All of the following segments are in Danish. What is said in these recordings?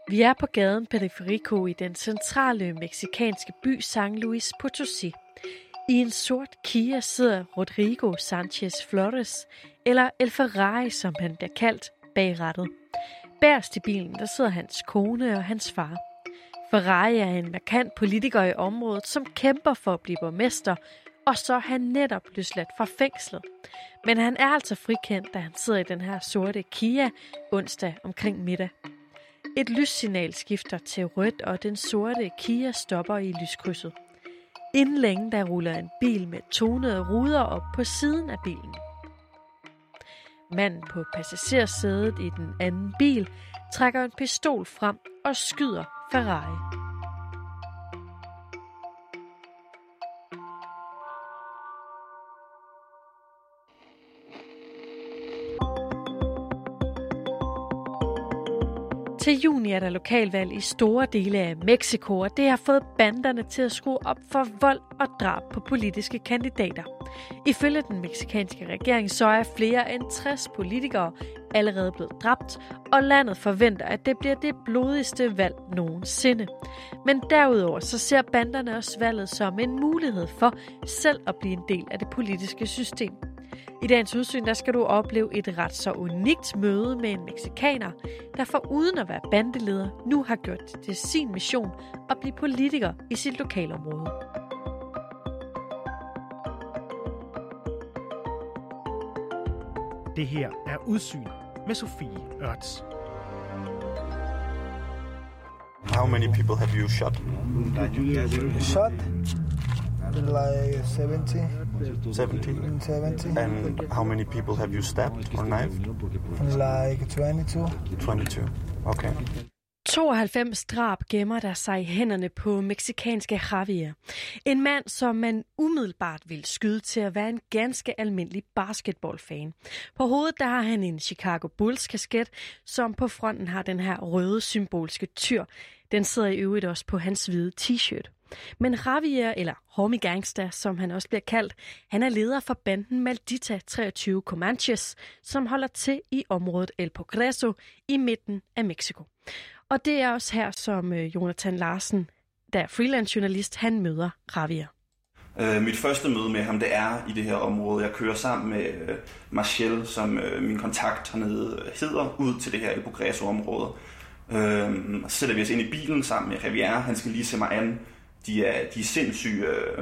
Vi er på gaden Periferico i den centrale mexikanske by San Luis Potosí. I en sort Kia sidder Rodrigo Sanchez Flores, eller El Ferrari, som han bliver kaldt, bag rattet. Bagerst i bilen der sidder hans kone og hans far. Ferrari er en markant politiker i området, som kæmper for at blive borgmester, og så er han netop løsladt fra fængslet. Men han er altså frikendt, da han sidder i den her sorte Kia onsdag omkring middag. Et lyssignal skifter til rødt, og den sorte Kia stopper i lyskrydset. Inden længe der ruller en bil med tonede ruder op på siden af bilen. Manden på passagersædet i den anden bil trækker en pistol frem og skyder Ferrari. Til juni er der lokalvalg i store dele af Mexico, og det har fået banderne til at skrue op for vold og drab på politiske kandidater. Ifølge den mexikanske regering så er flere end 60 politikere allerede blevet dræbt, og landet forventer, at det bliver det blodigste valg nogensinde. Men derudover så ser banderne også valget som en mulighed for selv at blive en del af det politiske system. I dagens udsyn der skal du opleve et ret så unikt møde med en mexikaner, der foruden at være bandeleder, nu har gjort det til sin mission at blive politiker i sit lokalområde. Det her er Udsyn med Sofie Ørts. How many people have you shot? Shot? Like 70. 70. And how many people have you stabbed or knifed? Like 22. 22. Okay. 92 drab gemmer der sig i hænderne på mexikanske Javier. En mand, som man umiddelbart vil skyde til at være en ganske almindelig basketballfan. På hovedet der har han en Chicago Bulls kasket, som på fronten har den her røde symbolske tyr. Den sidder i øvrigt også på hans hvide t-shirt. Men Javier, eller Homie Gangster, som han også bliver kaldt, han er leder for banden Maldita 23 Comanches, som holder til i området El Progreso i midten af Mexico. Og det er også her, som Jonathan Larsen, der er freelance-journalist, han møder Javier. Mit første møde med ham, det er i det her område. Jeg kører sammen med Marcel, som min kontakt hernede hedder, ud til det her El Progreso-område. Så sætter vi os ind i bilen sammen med Javier. Han skal lige se mig an. De er sindssygt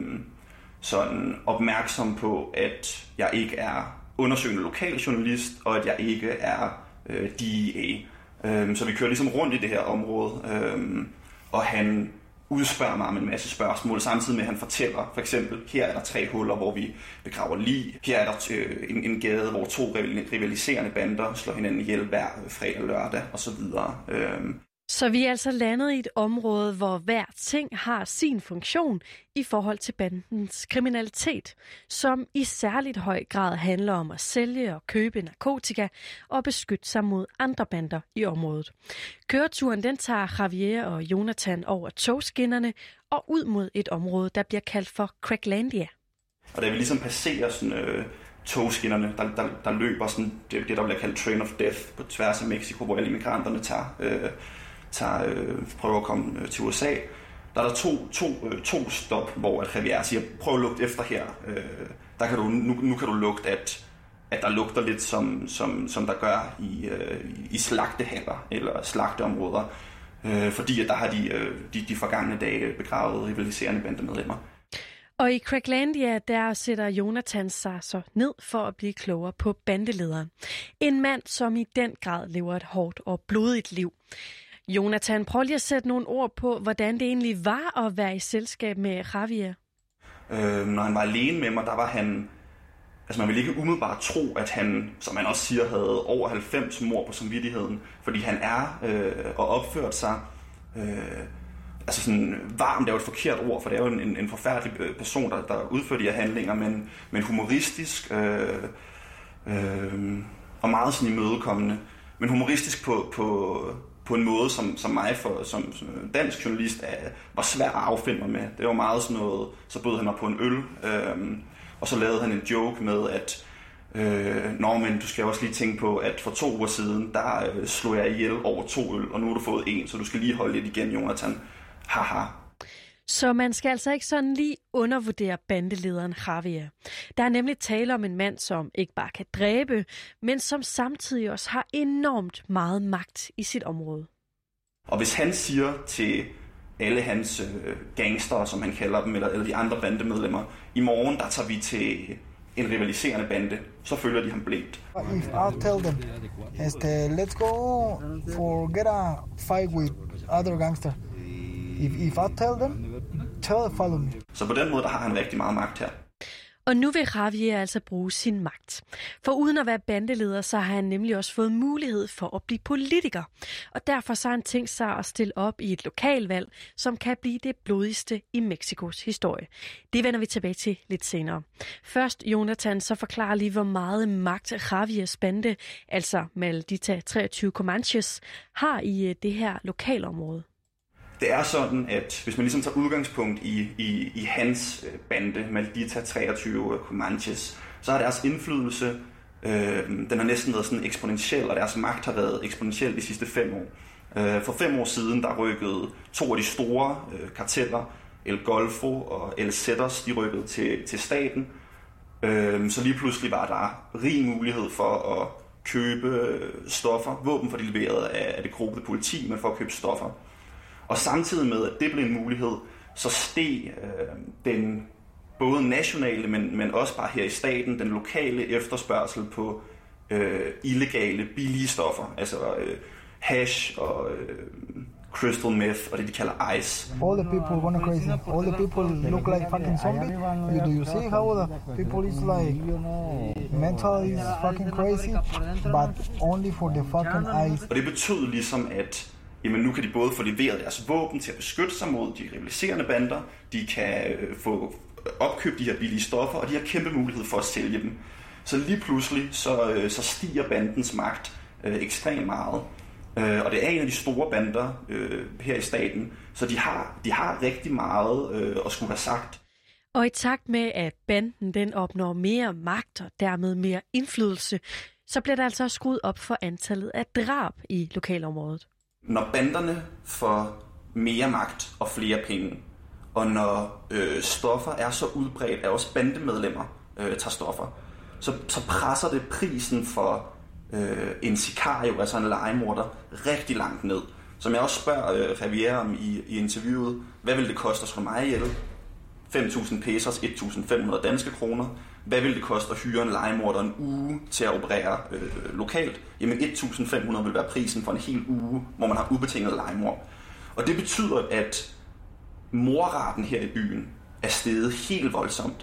sådan opmærksom på, at jeg ikke er undersøgende lokaljournalist, og at jeg ikke er DEA. Så vi kører ligesom rundt i det her område, og han udspørger mig om en masse spørgsmål, samtidig med at han fortæller, for eksempel, her er der 3 huller, hvor vi begraver lig. Her er der en gade, hvor 2 rivaliserende bander slår hinanden ihjel hver fredag og lørdag, osv. Så vi er altså landet i et område, hvor hver ting har sin funktion i forhold til bandens kriminalitet, som i særligt høj grad handler om at sælge og købe narkotika og beskytte sig mod andre bander i området. Køreturen den tager Javier og Jonathan over togskinnerne og ud mod et område, der bliver kaldt for Cracklandia. Og da vi ligesom passerer sådan, togskinnerne, der løber sådan, det der bliver kaldt Train of Death på tværs af Mexico, hvor alle immigranterne prøver at komme til USA. Der er der to stop, hvor Javier siger, prøv at lugte efter her. Der kan nu kan du lugte, at der lugter lidt som der gør i slagtehaller eller slagteområder. Fordi at der har de forgangne dage begravet rivaliserende bandemedlemmer. Og i Cracklandia, der sætter Jonathan sig så ned for at blive klogere på bandelederen. En mand, som i den grad lever et hårdt og blodigt liv. Jonathan, prøv lige at sætte nogle ord på, hvordan det egentlig var at være i selskab med Javier. Når han var alene med mig, der var han... Altså man ville ikke umiddelbart tro, at han, som man også siger, havde over 90 mord på samvittigheden. Fordi han er og opført sig... altså sådan varmt er jo et forkert ord, for det er jo en forfærdelig person, der udfører de her handlinger, men humoristisk og meget sådan imødekommende. Men humoristisk på en måde, som mig som dansk journalist var svært at affinde mig med. Det var meget sådan noget, så bød han mig på en øl, og så lavede han en joke med, Men du skal også lige tænke på, at for 2 uger siden, der slog jeg ihjel over 2 øl, og nu har du fået 1, så du skal lige holde lidt igen, Jonathan. Haha. Så man skal altså ikke sådan lige undervurdere bandelederen Javier. Der er nemlig tale om en mand, som ikke bare kan dræbe, men som samtidig også har enormt meget magt i sit område. Og hvis han siger til alle hans gangster, som han kalder dem, eller de andre bandemedlemmer, i morgen der tager vi til en rivaliserende bande, så følger de ham blindt. If I tell them, let's go get a fight with other gangster. If I tell them, follow me. Så på den måde, der har han rigtig meget magt her. Og nu vil Javier altså bruge sin magt. For uden at være bandeleder, så har han nemlig også fået mulighed for at blive politiker. Og derfor så har han tænkt sig at stille op i et lokalvalg, som kan blive det blodigste i Mexikos historie. Det vender vi tilbage til lidt senere. Først, Jonathan, så forklarer lige, hvor meget magt Javiers bande, altså Maldita 23 Comanches, har i det her lokalområde. Det er sådan, at hvis man ligesom tager udgangspunkt i hans bande, Maldita 23 Comanches, så har deres indflydelse, den har næsten været sådan eksponentiel, og deres magt har været eksponentiel de sidste 5 år. For 5 år siden, der rykkede 2 af de store karteller, El Golfo og El Zetas, de rykkede til staten. Så lige pludselig var der rig mulighed for at købe stoffer, våben for de leveret af det korrupte politi, men for at købe stoffer. Og samtidig med, at det blev en mulighed, så steg den både nationale, men også bare her i staten, den lokale efterspørgsel på illegale, billige stoffer. Altså hash og crystal meth og det, de kalder ice. All the people gonna crazy. All the people look like fucking zombie. Do you see how the people is like mental is fucking crazy, but only for the fucking ice. Og det betød ligesom, at jamen nu kan de både få leveret deres våben til at beskytte sig mod de rivaliserende bander, de kan få opkøbt de her billige stoffer, og de har kæmpe mulighed for at sælge dem. Så lige pludselig så stiger bandens magt ekstremt meget. Og det er en af de store bander her i staten, så de har rigtig meget at skulle have sagt. Og i takt med, at banden den opnår mere magt og dermed mere indflydelse, så bliver der altså skruet op for antallet af drab i lokalområdet. Når banderne får mere magt og flere penge, og når stoffer er så udbredt, at også bandemedlemmer tager stoffer, så presser det prisen for en sicario, altså en lejemorder, rigtig langt ned. Som jeg også spørger Javier om i interviewet, hvad vil det koste at slå mig ihjel? 5.000 pesos, 1.500 danske kroner. Hvad vil det koste at hyre en lejemorder en uge til at operere lokalt? Jamen 1.500 vil være prisen for en hel uge, hvor man har ubetinget lejemord. Og det betyder, at mordraten her i byen er steget helt voldsomt.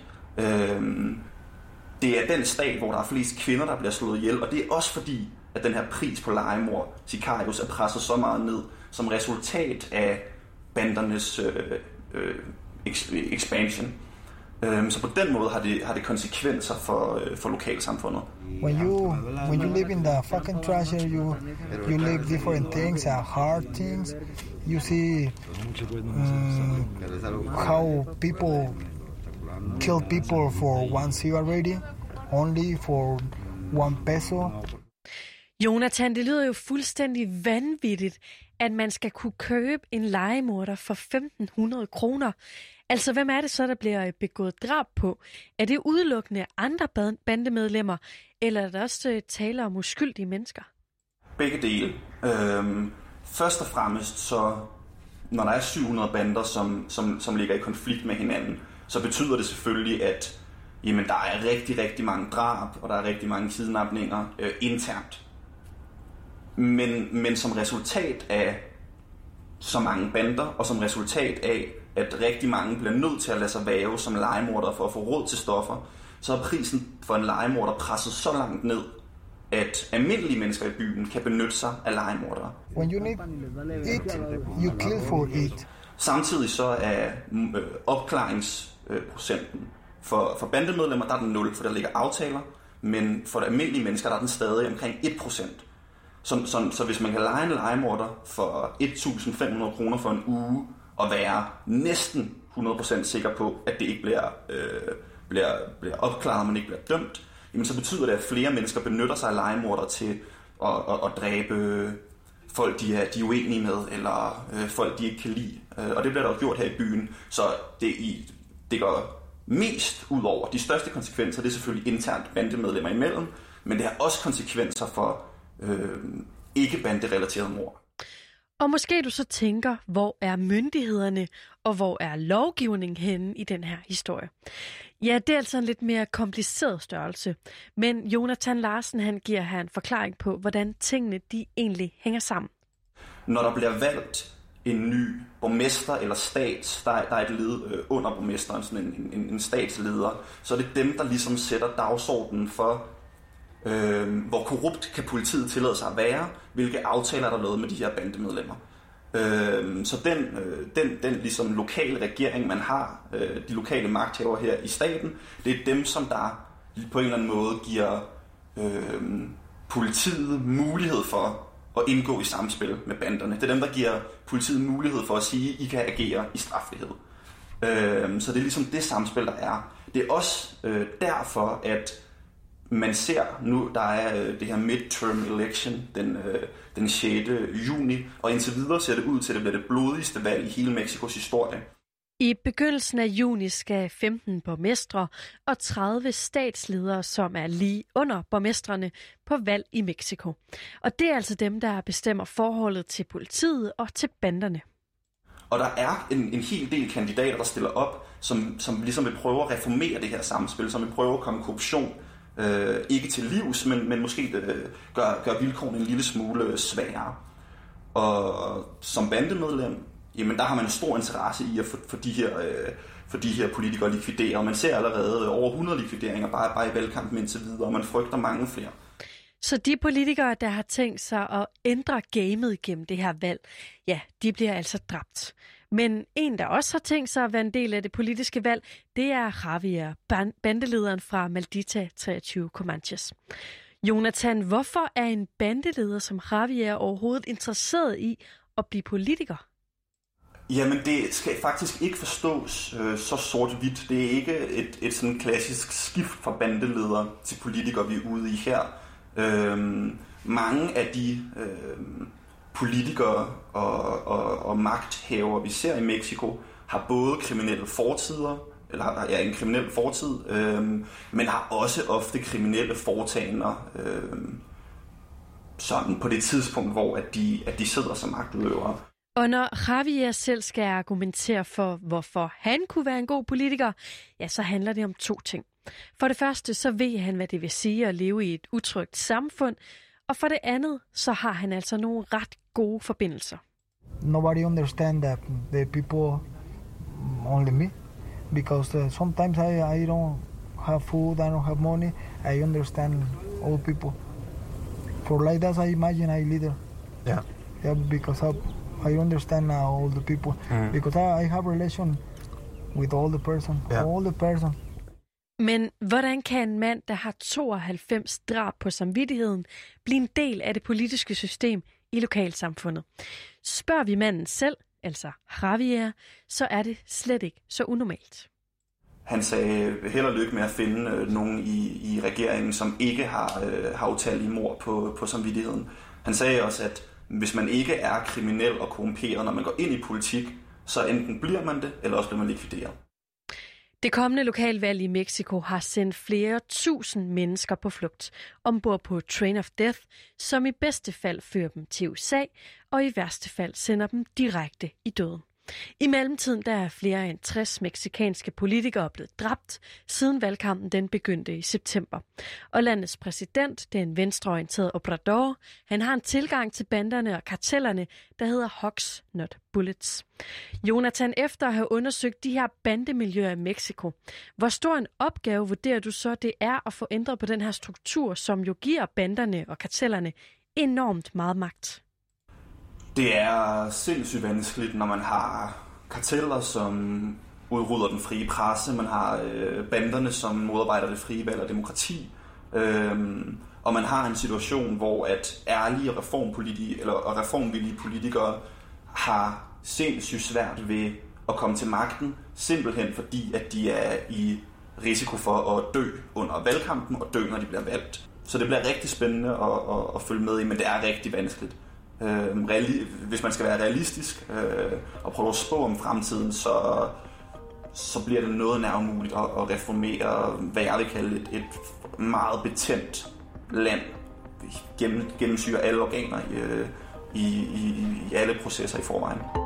Det er den stat, hvor der er flest kvinder, der bliver slået ihjel, og det er også fordi, at den her pris på lejemord, sicarios, er presset så meget ned, som resultat af bandernes expansion. Så på den måde har det konsekvenser for lokalsamfundet. When you live in the fucking trash, you live different things, hard things. You see how people kill people for 1 cigarette, only for 1 peso. Jonathan, det lyder jo fuldstændig vanvittigt, at man skal kunne købe en lejemorder for 1.500 kroner. Altså, hvem er det så, der bliver begået drab på? Er det udelukkende andre bandemedlemmer, eller er der også tale om uskyldige mennesker? Begge dele. Først og fremmest, så når der er 700 bander, som ligger i konflikt med hinanden, så betyder det selvfølgelig, at jamen, der er rigtig, rigtig mange drab, og der er rigtig mange kidnapninger internt. Men som resultat af så mange bander, og som resultat af, at rigtig mange bliver nødt til at lade sig hverve som lejemorder for at få råd til stoffer, så er prisen for en lejemorder presset så langt ned, at almindelige mennesker i byen kan benytte sig af lejemordere. When you need it, you kill for it. Samtidig så er opklaringsprocenten for bandemedlemmer, der er den 0, for der ligger aftaler, men for de almindelige mennesker, der er den stadig omkring 1%. Så hvis man kan leje en lejemorder for 1.500 kroner for en uge, og være næsten 100% sikker på, at det ikke bliver opklaret, og man ikke bliver dømt, jamen så betyder det, at flere mennesker benytter sig af lejemordere til at dræbe folk, de er uenige med, eller folk, de ikke kan lide. Og det bliver der jo gjort her i byen, så det går mest ud over. De største konsekvenser, det er selvfølgelig internt bandemedlemmer imellem, men det har også konsekvenser for ikke-banderelaterede mord. Og måske du så tænker, hvor er myndighederne, og hvor er lovgivningen henne i den her historie? Ja, det er altså en lidt mere kompliceret størrelse. Men Jonathan Larsen, han giver her en forklaring på, hvordan tingene de egentlig hænger sammen. Når der bliver valgt en ny borgmester eller der er et led under borgmesteren, sådan en statsleder, så er det dem, der ligesom sætter dagsordenen for, hvor korrupt kan politiet tillade sig at være, hvilke aftaler der er lavet med de her bandemedlemmer. Så den ligesom lokale regering, man har, de lokale magthavere her i staten, det er dem, som der på en eller anden måde giver politiet mulighed for at indgå i samspil med banderne. Det er dem, der giver politiet mulighed for at sige, at I kan agere i strafrihed. Så det er ligesom det samspil, der er. Det er også derfor, at man ser nu, der er det her midterm election den 6. juni, og indtil videre ser det ud til, at det bliver det blodigste valg i hele Mexikos historie. I begyndelsen af juni skal 15 borgmestre og 30 statsledere, som er lige under borgmestrene, på valg i Mexico. Og det er altså dem, der bestemmer forholdet til politiet og til banderne. Og der er en hel del kandidater, der stiller op, som ligesom vil prøve at reformere det her samspil, som vil prøve at komme korruption ikke til livs, men måske gøre vilkårene en lille smule sværere. Og som bandemedlem, jamen der har man en stor interesse i at få de her politikere likvidere, og man ser allerede over 100 likvideringer bare i valgkampen indtil videre, og man frygter mange flere. Så de politikere, der har tænkt sig at ændre gamet gennem det her valg, ja, de bliver altså dræbt. Men en, der også har tænkt sig at være en del af det politiske valg, det er Javier, bandelederen fra Maldita 23 Comanches. Jonathan, hvorfor er en bandeleder som Javier overhovedet interesseret i at blive politiker? Jamen, det skal faktisk ikke forstås så sort-hvidt. Det er ikke et sådan klassisk skift fra bandeledere til politikere, vi er ude i her. Mange af de politikere og magthavere, vi ser i Mexico, har både kriminelle fortider, eller er en kriminel fortid, men har også ofte kriminelle foretagender sådan på det tidspunkt, hvor at de sidder som magtudøvere. Og når Javier selv skal argumentere for, hvorfor han kunne være en god politiker, ja, så handler det om 2 ting. For det første, så ved han, hvad det vil sige at leve i et utrygt samfund, og for det andet, så har han altså nogle ret gode forbindelser. Nobody understand that the people, only me, because sometimes I don't have food, I don't have money, I understand all people. For like that, I imagine I leader. Yeah, because I understand all the people, because I have relation with all the person. Men hvordan kan en mand, der har 92 drab på samvittigheden, blive en del af det politiske system i lokalsamfundet? Spørger vi manden selv, altså Javier, så er det slet ikke så unormalt. Han sagde held og lykke med at finde nogen i regeringen, som ikke har utallige mord på samvittigheden. Han sagde også, at hvis man ikke er kriminel og korrumperet, når man går ind i politik, så enten bliver man det, eller også bliver man likvideret. Det kommende lokalvalg i Mexico har sendt flere tusind mennesker på flugt ombord på Train of Death, som i bedste fald fører dem til USA, og i værste fald sender dem direkte i døden. I mellemtiden der er flere end 60 meksikanske politikere blevet dræbt, siden valgkampen den begyndte i september. Og landets præsident, den venstreorienterede Obrador, han har en tilgang til banderne og kartellerne, der hedder Hugs Not Bullets. Jonathan, efter at have undersøgt de her bandemiljøer i Mexico, hvor stor en opgave vurderer du så, det er at få ændret på den her struktur, som jo giver banderne og kartellerne enormt meget magt? Det er sindssygt vanskeligt, når man har karteller, som udrydder den frie presse, man har banderne, som modarbejder det frie valg og demokrati, og man har en situation, hvor at ærlige og reformvillige politikere har sindssygt svært ved at komme til magten, simpelthen fordi, at de er i risiko for at dø under valgkampen og dø, når de bliver valgt. Så det bliver rigtig spændende at følge med i, men det er rigtig vanskeligt. Hvis man skal være realistisk og prøve at spå om fremtiden, så bliver det noget nær umuligt at reformere, hvad jeg vil kalde et meget betændt land. Gennemsyrer alle organer i alle processer i forvejen.